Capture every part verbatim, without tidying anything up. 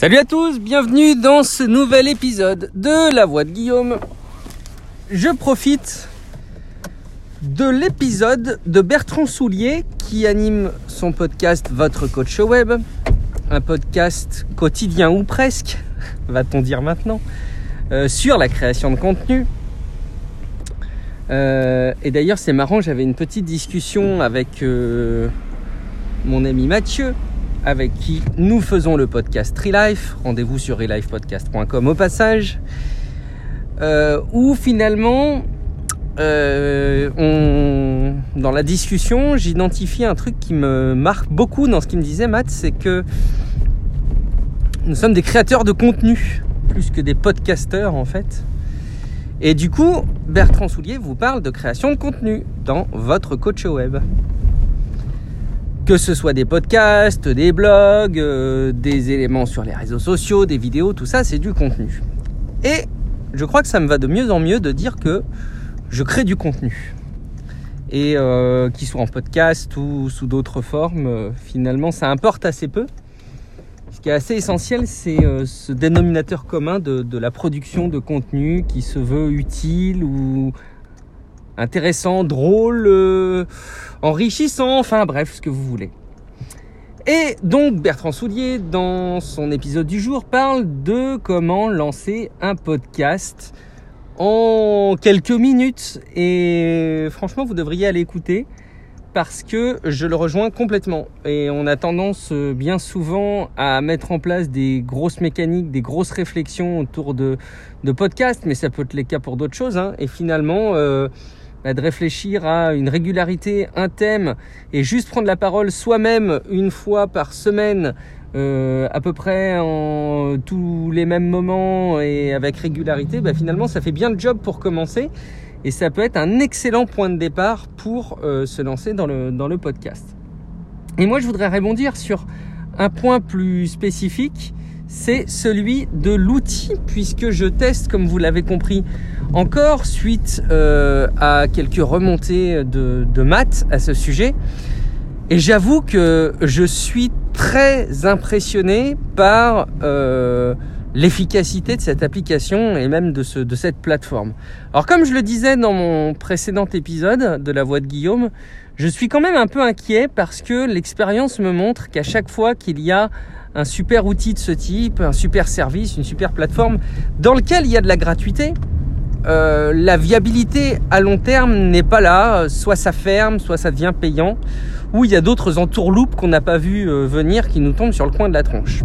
Salut à tous, bienvenue dans ce nouvel épisode de La Voix de Guillaume. Je profite de l'épisode de Bertrand Soulier qui anime son podcast Votre Coach Web, un podcast quotidien ou presque, va-t-on dire maintenant, euh, sur la création de contenu. Euh, et d'ailleurs c'est marrant, j'avais une petite discussion avec euh, mon ami Mathieu, avec qui nous faisons le podcast Tree-Life, rendez-vous sur relife podcast point com au passage, euh, où finalement, euh, on, dans la discussion, j'identifie un truc qui me marque beaucoup dans ce qu'il me disait, Matt, c'est que nous sommes des créateurs de contenu, plus que des podcasteurs en fait. Et du coup, Bertrand Soulier vous parle de création de contenu dans Votre Coach Web. Que ce soit des podcasts, des blogs, euh, des éléments sur les réseaux sociaux, des vidéos, tout ça, c'est du contenu. Et je crois que ça me va de mieux en mieux de dire que je crée du contenu. Et euh, qu'il soit en podcast ou sous d'autres formes, euh, finalement, ça importe assez peu. Ce qui est assez essentiel, c'est euh, ce dénominateur commun de, de la production de contenu qui se veut utile ou intéressant, drôle, euh, enrichissant, enfin bref, ce que vous voulez. Et donc Bertrand Soulier, dans son épisode du jour, parle de comment lancer un podcast en quelques minutes. Et franchement, vous devriez aller écouter parce que je le rejoins complètement. Et on a tendance bien souvent à mettre en place des grosses mécaniques, des grosses réflexions autour de, de podcasts, mais ça peut être le cas pour d'autres choses, hein. Et finalement... Euh, de réfléchir à une régularité, un thème, et juste prendre la parole soi-même une fois par semaine, euh, à peu près en tous les mêmes moments et avec régularité, bah finalement ça fait bien le job pour commencer, et ça peut être un excellent point de départ pour euh, se lancer dans le, dans le podcast. Et moi je voudrais rebondir sur un point plus spécifique, c'est celui de l'outil, puisque je teste, comme vous l'avez compris, encore suite euh, à quelques remontées de, de maths à ce sujet. Et j'avoue que je suis très impressionné par euh, l'efficacité de cette application et même de, ce, de cette plateforme. Alors comme je le disais dans mon précédent épisode de La Voix de Guillaume, je suis quand même un peu inquiet parce que l'expérience me montre qu'à chaque fois qu'il y a un super outil de ce type, un super service, une super plateforme dans lequel il y a de la gratuité, euh, la viabilité à long terme n'est pas là. Soit ça ferme, soit ça devient payant, ou il y a d'autres entourloupes qu'on n'a pas vu euh, venir qui nous tombent sur le coin de la tronche.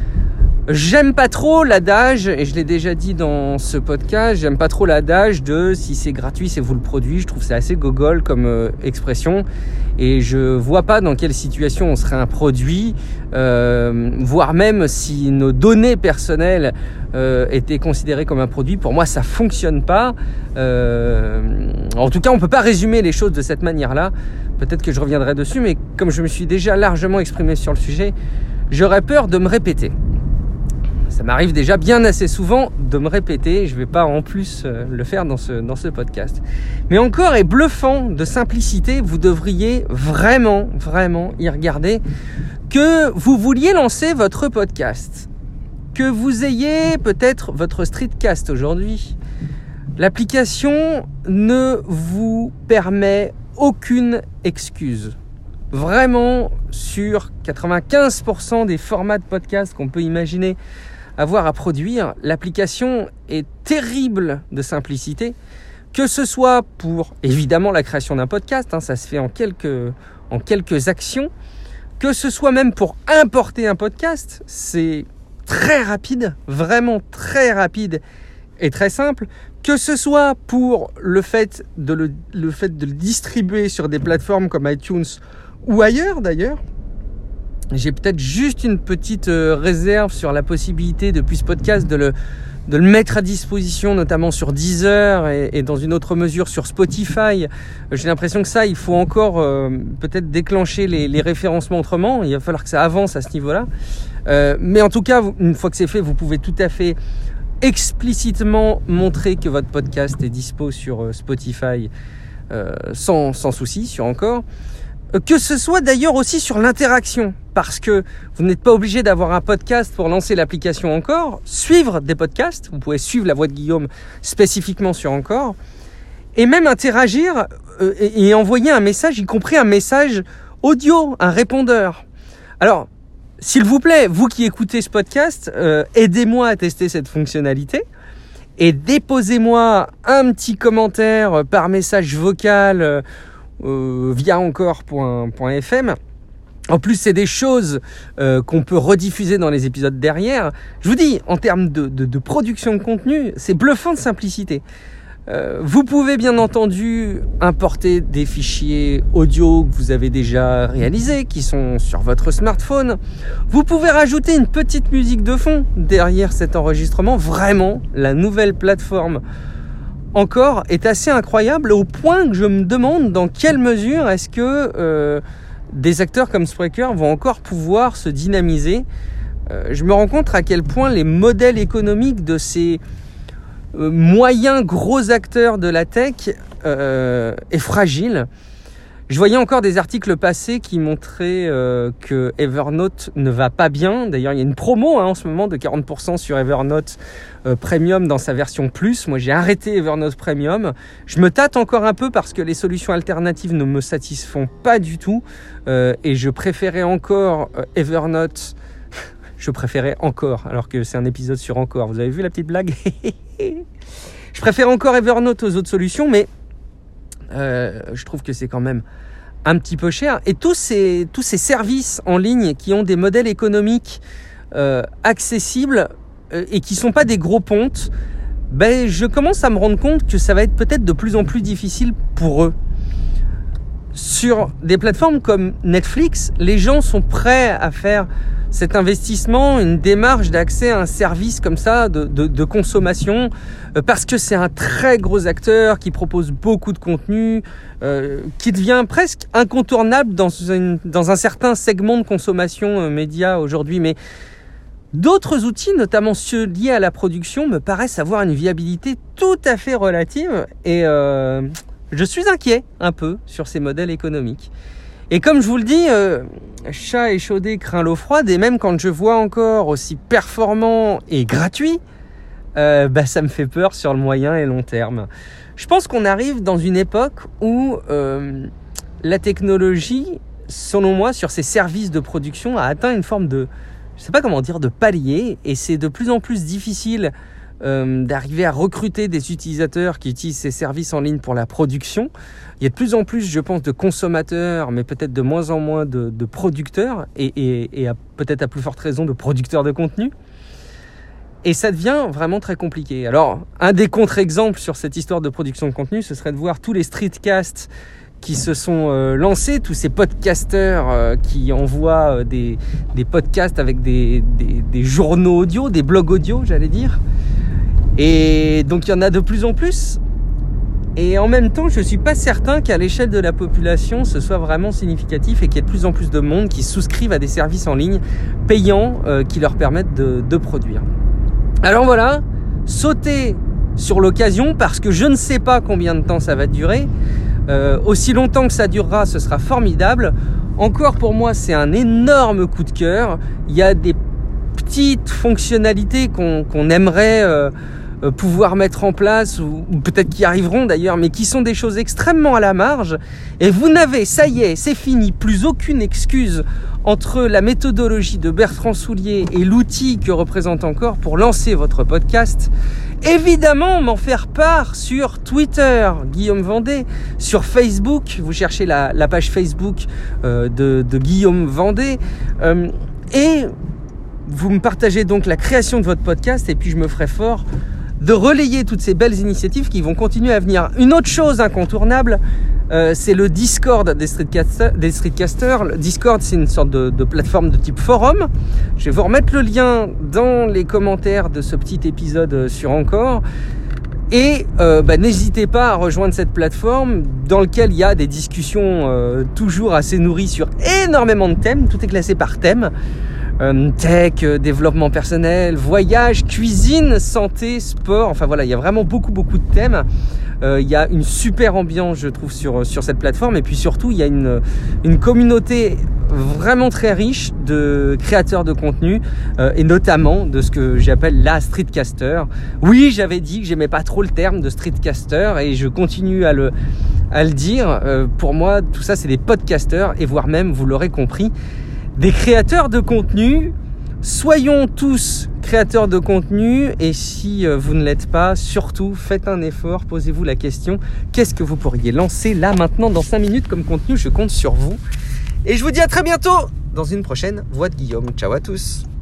J'aime pas trop l'adage, et je l'ai déjà dit dans ce podcast, j'aime pas trop l'adage de si c'est gratuit, c'est vous le produit. Je trouve ça assez gogol comme euh, expression, et je vois pas dans quelle situation on serait un produit, euh, voire même si nos données personnelles euh, étaient considérées comme un produit. Pour moi, ça fonctionne pas. Euh, en tout cas, on peut pas résumer les choses de cette manière-là. Peut-être que je reviendrai dessus, mais comme je me suis déjà largement exprimé sur le sujet, j'aurais peur de me répéter. Ça m'arrive déjà bien assez souvent de me répéter, je ne vais pas en plus le faire dans ce, dans ce podcast. Mais encore est bluffant de simplicité, vous devriez vraiment, vraiment y regarder. Que vous vouliez lancer votre podcast, que vous ayez peut-être votre streetcast aujourd'hui, l'application ne vous permet aucune excuse. Vraiment, sur quatre-vingt-quinze pour cent des formats de podcast qu'on peut imaginer avoir à produire, l'application est terrible de simplicité, que ce soit pour évidemment la création d'un podcast, hein, ça se fait en quelques, en quelques actions, que ce soit même pour importer un podcast, c'est très rapide, vraiment très rapide et très simple, que ce soit pour le fait de le, le fait de le distribuer sur des plateformes comme iTunes ou ailleurs d'ailleurs. J'ai peut-être juste une petite euh, réserve sur la possibilité depuis ce podcast de le, de le mettre à disposition, notamment sur Deezer et, et dans une autre mesure sur Spotify. J'ai l'impression que ça, il faut encore euh, peut-être déclencher les, les référencements autrement. Il va falloir que ça avance à ce niveau-là. Euh, mais en tout cas, une fois que c'est fait, vous pouvez tout à fait explicitement montrer que votre podcast est dispo sur euh, Spotify euh, sans, sans souci, sur Encore. Que ce soit d'ailleurs aussi sur l'interaction, parce que vous n'êtes pas obligé d'avoir un podcast pour lancer l'application Encore, suivre des podcasts, vous pouvez suivre la voix de Guillaume spécifiquement sur Encore, et même interagir euh, et, et envoyer un message, y compris un message audio, un répondeur. Alors, s'il vous plaît, vous qui écoutez ce podcast, euh, aidez-moi à tester cette fonctionnalité et déposez-moi un petit commentaire par message vocal euh, Euh, via encore point f m. En plus, c'est des choses euh, qu'on peut rediffuser dans les épisodes derrière. Je vous dis, en termes de, de, de production de contenu, c'est bluffant de simplicité. Euh, vous pouvez bien entendu importer des fichiers audio que vous avez déjà réalisés, qui sont sur votre smartphone. Vous pouvez rajouter une petite musique de fond derrière cet enregistrement. Vraiment, la nouvelle plateforme Encore est assez incroyable au point que je me demande dans quelle mesure est-ce que euh, des acteurs comme Spreaker vont encore pouvoir se dynamiser. Euh, je me rends compte à quel point les modèles économiques de ces euh, moyens gros acteurs de la tech euh, est fragile. Je voyais encore des articles passés qui montraient euh, que Evernote ne va pas bien. D'ailleurs, il y a une promo hein, en ce moment de quarante pour cent sur Evernote euh, Premium dans sa version Plus. Moi, j'ai arrêté Evernote Premium. Je me tâte encore un peu parce que les solutions alternatives ne me satisfont pas du tout. Euh, et je préférais encore euh, Evernote. Je préférais encore, alors que c'est un épisode sur Encore. Vous avez vu la petite blague? Je préfère encore Evernote aux autres solutions, mais Euh, je trouve que c'est quand même un petit peu cher. Et tous ces, tous ces services en ligne qui ont des modèles économiques euh, accessibles euh, et qui ne sont pas des gros pontes, ben, je commence à me rendre compte que ça va être peut-être de plus en plus difficile pour eux. Sur des plateformes comme Netflix, les gens sont prêts à faire cet investissement, une démarche d'accès à un service comme ça de, de, de consommation euh, parce que c'est un très gros acteur qui propose beaucoup de contenu, euh, qui devient presque incontournable dans, une, dans un certain segment de consommation euh, média aujourd'hui. Mais d'autres outils, notamment ceux liés à la production, me paraissent avoir une viabilité tout à fait relative et euh, je suis inquiet un peu sur ces modèles économiques. Et comme je vous le dis, euh, chat échaudé craint l'eau froide, et même quand je vois encore aussi performant et gratuit, euh, bah, ça me fait peur sur le moyen et long terme. Je pense qu'on arrive dans une époque où euh, la technologie, selon moi, sur ces services de production, a atteint une forme de, je sais pas comment dire, de palier, et c'est de plus en plus difficile Euh, d'arriver à recruter des utilisateurs qui utilisent ces services en ligne pour la production. Il y a de plus en plus, je pense, de consommateurs, mais peut-être de moins en moins de, de producteurs, et, et, et à, peut-être à plus forte raison de producteurs de contenu. Et ça devient vraiment très compliqué. Alors, un des contre-exemples sur cette histoire de production de contenu, ce serait de voir tous les streetcasts qui se sont euh, lancés, tous ces podcasteurs euh, qui envoient euh, des, des podcasts avec des, des, des journaux audio, des blogs audio, j'allais dire. Et donc il y en a de plus en plus. Et en même temps, je ne suis pas certain qu'à l'échelle de la population, ce soit vraiment significatif et qu'il y ait de plus en plus de monde qui souscrivent à des services en ligne payants euh, qui leur permettent de, de produire. Alors voilà, sautez sur l'occasion parce que je ne sais pas combien de temps ça va durer. Euh, aussi longtemps que ça durera, ce sera formidable. Encore pour moi, c'est un énorme coup de cœur. Il y a des petites fonctionnalités qu'on, qu'on aimerait euh, pouvoir mettre en place, ou, ou peut-être qui arriveront d'ailleurs, mais qui sont des choses extrêmement à la marge. Et vous n'avez, ça y est, c'est fini, plus aucune excuse entre la méthodologie de Bertrand Soulier et l'outil que représente Encore pour lancer votre podcast. Évidemment, m'en faire part sur Twitter, Guillaume Vendée, sur Facebook, vous cherchez la, la page Facebook euh, de, de Guillaume Vendée, euh, et vous me partagez donc la création de votre podcast, et puis je me ferai fort de relayer toutes ces belles initiatives qui vont continuer à venir. Une autre chose incontournable, euh, c'est le Discord des streetcasters, des streetcasters. Le Discord, c'est une sorte de, de plateforme de type forum. Je vais vous remettre le lien dans les commentaires de ce petit épisode sur Encore. Et euh, bah, n'hésitez pas à rejoindre cette plateforme dans laquelle il y a des discussions euh, toujours assez nourries sur énormément de thèmes. Tout est classé par thème. euh, tech, euh, développement personnel, voyage, cuisine, santé, sport. Enfin voilà, il y a vraiment beaucoup beaucoup de thèmes. Euh, il y a une super ambiance, je trouve, sur, sur cette plateforme. Et puis surtout, il y a une, une communauté vraiment très riche de créateurs de contenu euh, et notamment de ce que j'appelle la streetcaster. Oui, j'avais dit que j'aimais pas trop le terme de streetcaster et je continue à le, à le dire. Euh, pour moi, tout ça, c'est des podcasters et voire même, vous l'aurez compris, des créateurs de contenu. Soyons tous créateurs de contenu et si vous ne l'êtes pas, surtout faites un effort, posez-vous la question, qu'est-ce que vous pourriez lancer là maintenant dans cinq minutes comme contenu? Je compte sur vous. Et je vous dis à très bientôt dans une prochaine Voix de Guillaume. Ciao à tous.